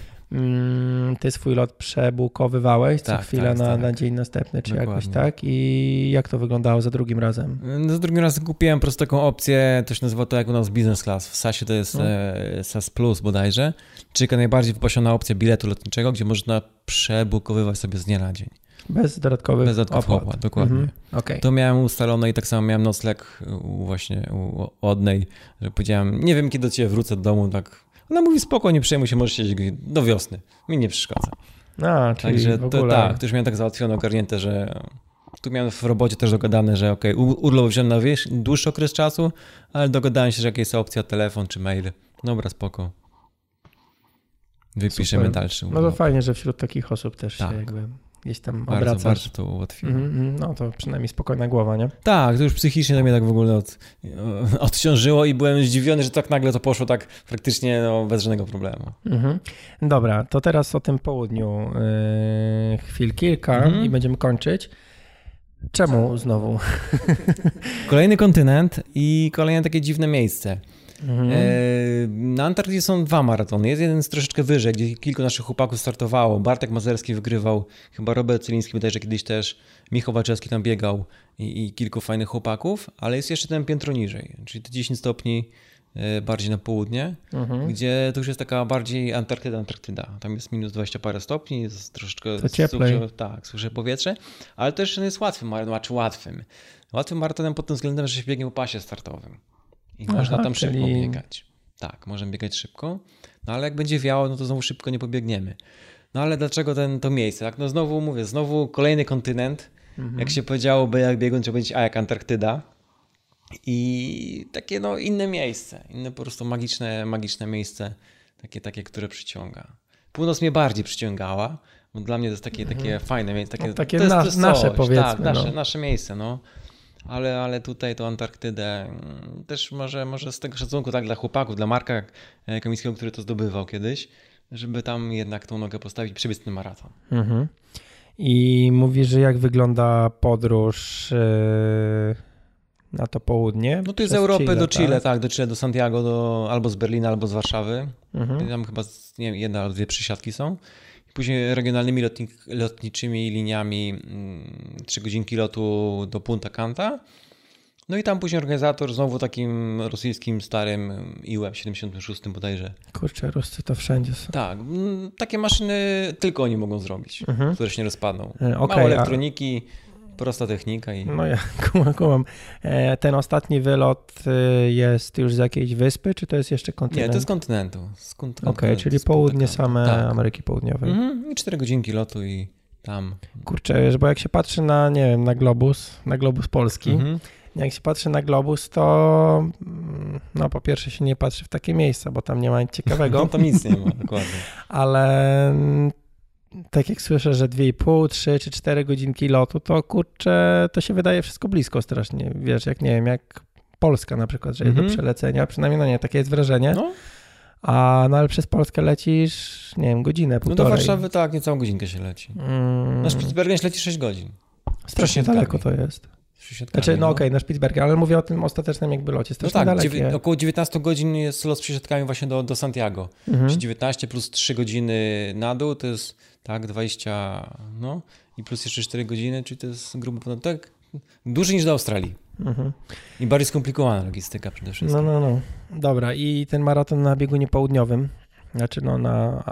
Ty swój lot przebukowywałeś co chwilę na dzień następny, czy dokładnie. Jakoś tak? I jak to wyglądało za drugim razem? Za drugim razem kupiłem po prostu taką opcję, to się nazywa to jak u nas business class. W SAS-ie to jest SAS Plus bodajże, czyli najbardziej wypasiona opcja biletu lotniczego, gdzie można przebukowywać sobie z dnia na dzień. Bez dodatkowych opłat. Dokładnie. Okay. To miałem ustalone i tak samo miałem nocleg u Odnej, że powiedziałem, nie wiem kiedy do ciebie wrócę do domu, tak. Ona mówi spoko, nie przejmuj się, możesz siedzieć do wiosny. Mi nie przeszkadza. Czyli także w ogóle... to już miałem tak załatwione, ogarnięte, że tu miałem w robocie też dogadane, że urlop wziąłem na dłuższy okres czasu, ale dogadałem się, że jakaś jest opcja, telefon czy mail. Dobra, spoko. Wypiszemy dalszy urlop. No to fajnie, że wśród takich osób też się jakby gdzieś tam obracasz. Bardzo to ułatwiło. No to przynajmniej spokojna głowa, nie? Tak, to już psychicznie to mnie tak w ogóle odciążyło i byłem zdziwiony, że tak nagle to poszło tak praktycznie bez żadnego problemu. Dobra, to teraz o tym południu chwil kilka i będziemy kończyć. Czemu znowu? Kolejny kontynent i kolejne takie dziwne miejsce. Na Antarktydzie są 2 maratony. Jest jeden troszeczkę wyżej, gdzie kilku naszych chłopaków startowało. Bartek Mazerski wygrywał, chyba Robert Celiński bodajże kiedyś też, Michał Waczewski tam biegał i kilku fajnych chłopaków, ale jest jeszcze ten piętro niżej, czyli te 10 stopni bardziej na południe, gdzie to już jest taka bardziej Antarktyda. Tam jest minus 20 parę stopni, jest troszeczkę suche powietrze, ale też jest łatwym maratonem pod tym względem, że się biegnie po pasie startowym i można tam szybko biegać. Tak, możemy biegać szybko, no ale jak będzie wiało, no to znowu szybko nie pobiegniemy. No ale dlaczego to miejsce? Tak? No znowu mówię, kolejny kontynent. Jak się powiedziałoby, jak biegun, trzeba powiedzieć, jak Antarktyda. I takie inne miejsce, inne po prostu magiczne miejsce, takie, które przyciąga. Północ mnie bardziej przyciągała, bo dla mnie to jest takie fajne miejsce. Takie nasze powiedzmy. Tak, nasze miejsce, Ale tutaj to Antarktydę też może z tego szacunku tak dla chłopaków, dla Marka Kamińskiego, który to zdobywał kiedyś, żeby tam jednak tą nogę postawić i przebiec ten maraton. I mówisz, że jak wygląda podróż na to południe? No to jest z Europy Chile, do Chile, tak? Do Chile, do Santiago, albo z Berlina, albo z Warszawy. Tam chyba jedna albo dwie przysiadki są. I później regionalnymi lotniczymi liniami 3 godzinki lotu do Punta Cana. No i tam później organizator znowu takim rosyjskim starym IU-em 76 bodajże. Kurczę, Ruscy to wszędzie są. Tak, takie maszyny tylko oni mogą zrobić, które się nie rozpadną. Mało elektroniki, prosta technika. No ja kumam. Ten ostatni wylot jest już z jakiejś wyspy, czy to jest jeszcze kontynent? Nie, to jest kontynentu. Okej, czyli południe same Ameryki Południowej. I 4 godzinki lotu i tam. Kurczę, bo jak się patrzy na, nie wiem, na globus polski, jak się patrzy na globus, to po pierwsze się nie patrzy w takie miejsca, bo tam nie ma nic ciekawego. No tam nic nie ma, dokładnie. Ale tak jak słyszę, że 2,5, 3 czy 4 godzinki lotu, to kurczę, to się wydaje wszystko blisko strasznie. Wiesz, jak nie wiem, jak Polska na przykład, że jest do przelecenia, przynajmniej takie jest wrażenie. Ale przez Polskę lecisz, nie wiem, godzinę, półtorej. No do Warszawy tak, niecałą godzinkę się leci. Na Spitsbergen się leci 6 godzin. Strasznie daleko to jest. Znaczy, na Spitsbergen, ale mówię o tym ostatecznym jakby locie. Około 19 godzin jest lot z przesiadkami właśnie do Santiago. Czyli 19 plus 3 godziny na dół to jest 20, i plus jeszcze 4 godziny, czyli to jest grubo ponad tak, dłużej niż do Australii. I bardziej skomplikowana logistyka przede wszystkim. No. Dobra, i ten maraton na biegunie południowym, znaczy na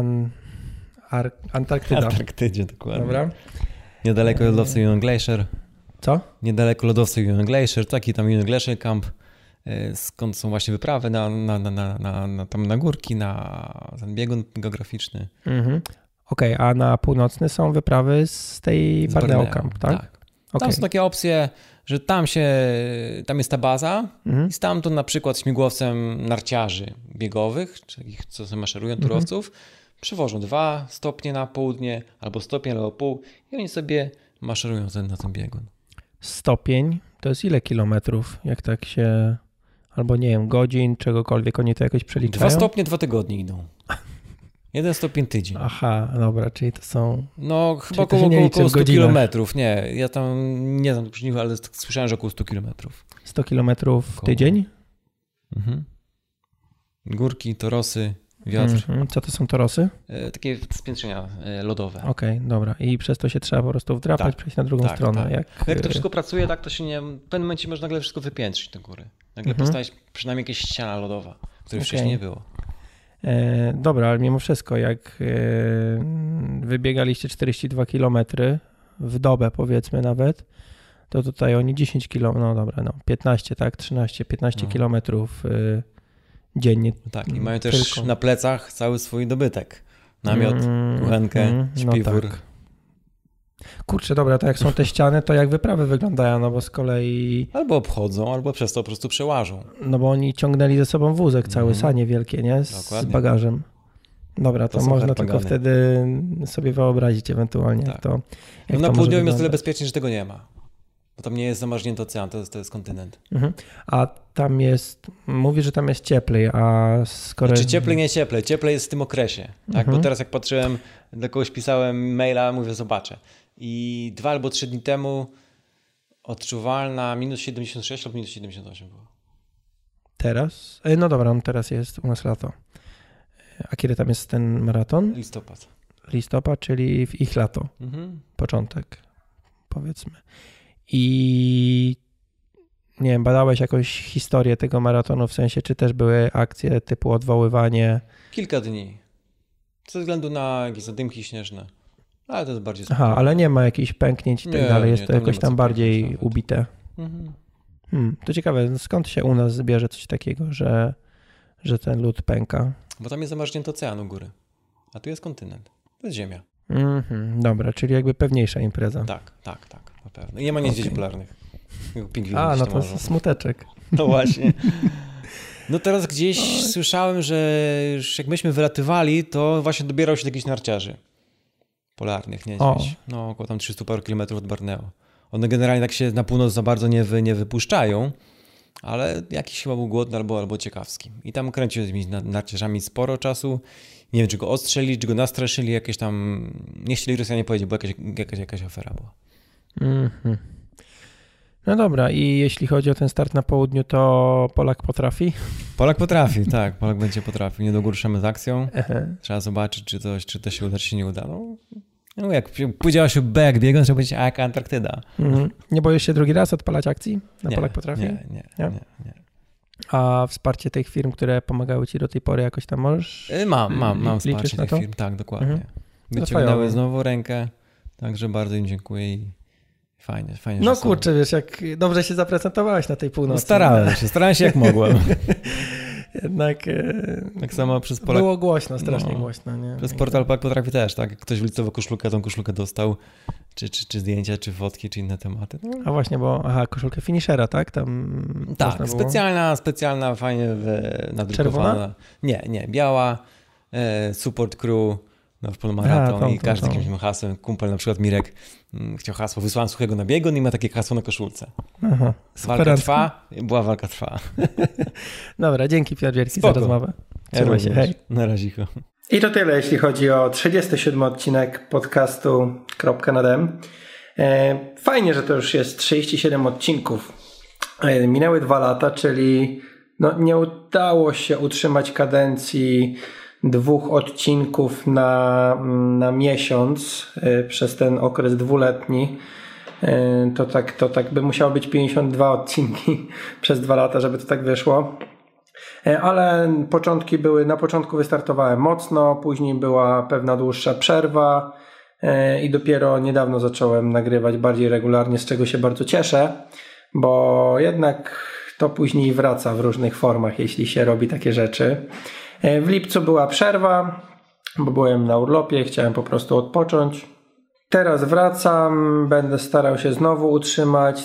Antarktyda. Antarktydzie, dokładnie. Dobra. Niedaleko lodowca Union Glacier. Co? Niedaleko lodowca Union Glacier, taki tam Union Glacier Camp, skąd są właśnie wyprawy tam na górki, na ten biegun geograficzny. Okej, a na północny są wyprawy z tej Borneo Camp, tak? Tam są takie opcje, że tam jest ta baza i stamtąd na przykład śmigłowcem narciarzy biegowych, czyli co sobie maszerują, turowców, przewożą 2 stopnie na południe albo stopień, albo pół i oni sobie maszerują na ten biegun. Stopień to jest ile kilometrów, jak tak się, albo nie wiem, godzin, czegokolwiek, oni to jakoś przeliczają? 2 stopnie 2 tygodnie idą. 1 stopień tydzień. Aha, dobra, czyli to są... No chyba około 100 kilometrów. Nie, ja tam nie znam tych ale słyszałem, że około 100 kilometrów. 100 kilometrów tydzień? Górki, torosy, wiatr. Co to są torosy? Takie spiętrzenia lodowe. Okej, dobra. I przez to się trzeba po prostu wdrapać, przejść na drugą stronę. Tak. Jak to wszystko pracuje, tak to się nie... W pewnym momencie można nagle wszystko wypiętrzyć do góry. Nagle postawić przynajmniej jakaś ściana lodowa, której wcześniej nie było. Dobra, ale mimo wszystko, jak wybiegaliście 42 km w dobę, powiedzmy nawet, to tutaj oni 10 km, 15, tak, 15 kilometrów dziennie. Tak, i mają też na plecach cały swój dobytek. Namiot, kuchenkę, śpiwór. Tak. Kurczę, dobra, to jak są te ściany, to jak wyprawy wyglądają, bo z kolei... Albo obchodzą, albo przez to po prostu przełażą. No bo oni ciągnęli ze sobą wózek cały, sanie wielkie, nie? Z bagażem. Dobra, to można tylko wtedy sobie wyobrazić ewentualnie, jak to na południowym jest tyle bezpiecznie, że tego nie ma. Bo tam nie jest zamarznięty ocean, to jest kontynent. A tam jest, mówisz, że tam jest cieplej, a skoro... Znaczy cieplej, nie cieplej. Cieplej jest w tym okresie. Tak? Bo teraz jak patrzyłem, do kogoś pisałem maila, mówię, zobaczę. I 2 albo 3 dni temu odczuwalna minus 76 lub minus 78 było. Teraz? No dobra, teraz jest u nas lato. A kiedy tam jest ten maraton? Listopad, czyli w ich lato. Początek, powiedzmy. I nie wiem, badałeś jakąś historię tego maratonu, w sensie, czy też były akcje typu odwoływanie? Kilka dni. Ze względu na jakieś zadymki śnieżne. Ale to jest bardziej... Aha, ale nie ma jakichś pęknięć i tak dalej, jest to jakoś tam bardziej ubite. To ciekawe, skąd się u nas bierze coś takiego, że ten lód pęka? Bo tam jest zamarznięty ocean u góry, a tu jest kontynent, to jest ziemia. Dobra, czyli jakby pewniejsza impreza. Tak, na pewno. I nie ma niedźwiedzi polarnych. A, no to smuteczek. No właśnie. No teraz gdzieś słyszałem, że już jak myśmy wylatywali, to właśnie dobierał się do jakichś narciarzy polarnych niedźwiedź. No około tam 300 paru kilometrów od Borneo. One generalnie tak się na północ za bardzo nie wypuszczają, ale jakiś chyba był głodny albo ciekawski. I tam kręcił z tymi narciarzami sporo czasu. Nie wiem, czy go ostrzelili, czy go nastraszyli, jakieś tam... Nie chcieli Rosjanie powiedzieć, bo jakaś afera była. No dobra, i jeśli chodzi o ten start na południu, to Polak potrafi? Polak potrafi, tak. Polak będzie potrafił. Nie dogórszamy z akcją. Trzeba zobaczyć, czy to się uda, czy się nie uda. No jak powiedziałaś o B jak biegąc, trzeba powiedzieć, a jaka Antarktyda. Nie boisz się drugi raz odpalać akcji na Polak potrafi? Nie. A wsparcie tych firm, które pomagały ci do tej pory, jakoś tam możesz? Mam wsparcie tych firm, tak, dokładnie. Wyciągnęły znowu rękę, także bardzo im dziękuję i fajnie. No kurczę, wiesz, jak dobrze się zaprezentowałeś na tej północy. Starałem się jak mogłem. Jednak tak samo przez Polak... było głośno, strasznie głośno. Nie? Przez portal Polak potrafi też, tak? Jak ktoś wlicował koszulkę, tą koszulkę dostał, czy zdjęcia, czy fotki, czy inne tematy. No. A właśnie, bo koszulkę finishera, tak? Tam tak, specjalna, fajnie nadrukowana. Czerwona? Nie, biała, support crew, w polomaraton i każdy z jakimś hasłem. Kumpel, na przykład Mirek, chciał hasło, wysłałem Suchego na biegun i ma takie hasło na koszulce. Aha, walka trwa. Dobra, dzięki Piotr Wielki za rozmowę. Trzymaj się, hej. Na razie. I to tyle, jeśli chodzi o 37 odcinek podcastu Kropka nad M. Fajnie, że to już jest 37 odcinków. Minęły 2 lata, czyli nie udało się utrzymać kadencji 2 odcinków na miesiąc przez ten okres 2-letni. To tak by musiało być 52 odcinki przez 2 lata, żeby to tak wyszło. Ale początki były, na początku wystartowałem mocno, później była pewna dłuższa przerwa i dopiero niedawno zacząłem nagrywać bardziej regularnie, z czego się bardzo cieszę, bo jednak to później wraca w różnych formach, jeśli się robi takie rzeczy. W lipcu była przerwa, bo byłem na urlopie, chciałem po prostu odpocząć. Teraz wracam, będę starał się znowu utrzymać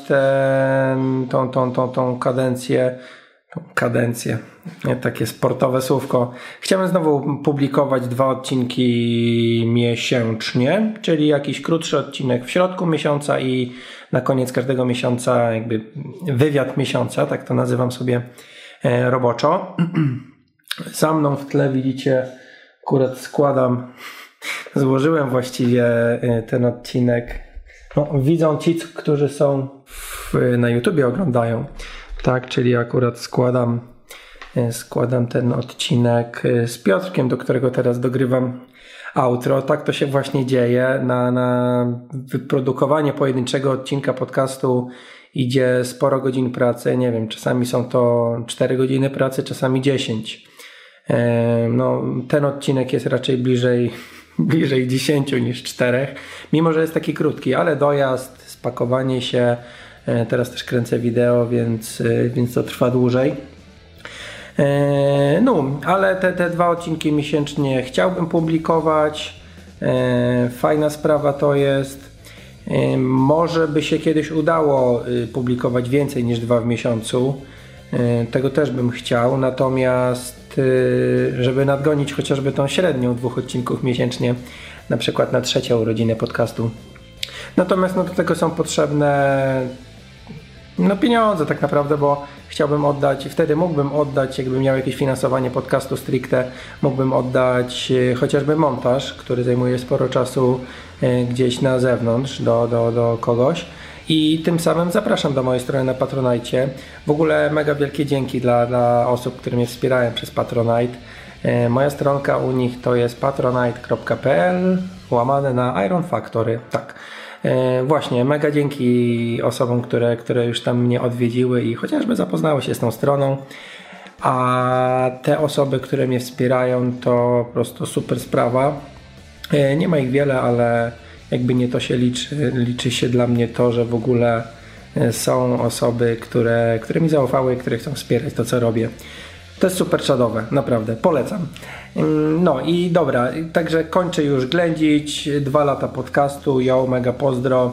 tą kadencję. Takie sportowe słówko. Chciałem znowu publikować 2 odcinki miesięcznie, czyli jakiś krótszy odcinek w środku miesiąca i na koniec każdego miesiąca jakby wywiad miesiąca, tak to nazywam sobie roboczo. Za mną w tle widzicie, akurat złożyłem właściwie ten odcinek. Widzą ci, którzy są na YouTubie oglądają. Tak, czyli akurat składam ten odcinek z Piotrkiem, do którego teraz dogrywam outro. Tak to się właśnie dzieje. Na wyprodukowanie pojedynczego odcinka podcastu idzie sporo godzin pracy. Nie wiem, czasami są to 4 godziny pracy, czasami 10. Ten odcinek jest raczej bliżej 10 niż 4, mimo że jest taki krótki, ale dojazd, spakowanie się, teraz też kręcę wideo, więc to trwa dłużej. Ale te 2 odcinki miesięcznie chciałbym publikować. Fajna sprawa to jest. Może by się kiedyś udało publikować więcej niż 2 w miesiącu. Tego też bym chciał, natomiast żeby nadgonić chociażby tą średnią 2 odcinków miesięcznie, na przykład na 3. urodzinę podcastu. Natomiast do tego są potrzebne pieniądze tak naprawdę, bo chciałbym oddać, wtedy mógłbym oddać, jakbym miał jakieś finansowanie podcastu stricte, mógłbym oddać chociażby montaż, który zajmuje sporo czasu gdzieś na zewnątrz do kogoś. I tym samym zapraszam do mojej strony na Patronite. W ogóle mega wielkie dzięki dla osób, które mnie wspierają przez Patronite. Moja stronka u nich to jest patronite.pl / Iron Factory. Tak. Właśnie, mega dzięki osobom, które już tam mnie odwiedziły i chociażby zapoznały się z tą stroną. A te osoby, które mnie wspierają, to po prostu super sprawa. Nie ma ich wiele, ale jakby nie to się liczy. Liczy się dla mnie to, że w ogóle są osoby, które mi zaufały i które chcą wspierać to, co robię. To jest super czadowe, naprawdę, polecam. No i dobra, także kończę już ględzić. 2 lata podcastu, mega pozdro.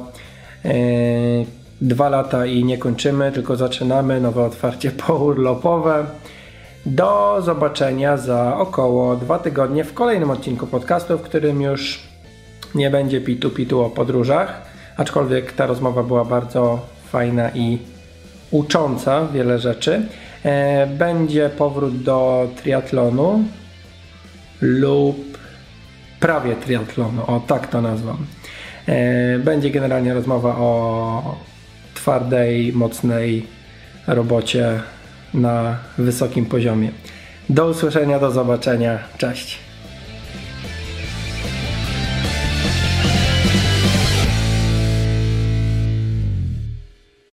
2 lata i nie kończymy, tylko zaczynamy nowe otwarcie pourlopowe. Do zobaczenia za około 2 tygodnie w kolejnym odcinku podcastu, w którym już nie będzie pitu o podróżach, aczkolwiek ta rozmowa była bardzo fajna i ucząca wiele rzeczy. Będzie powrót do triatlonu lub prawie triatlonu, o tak to nazwam. Będzie generalnie rozmowa o twardej, mocnej robocie na wysokim poziomie. Do usłyszenia, do zobaczenia, cześć.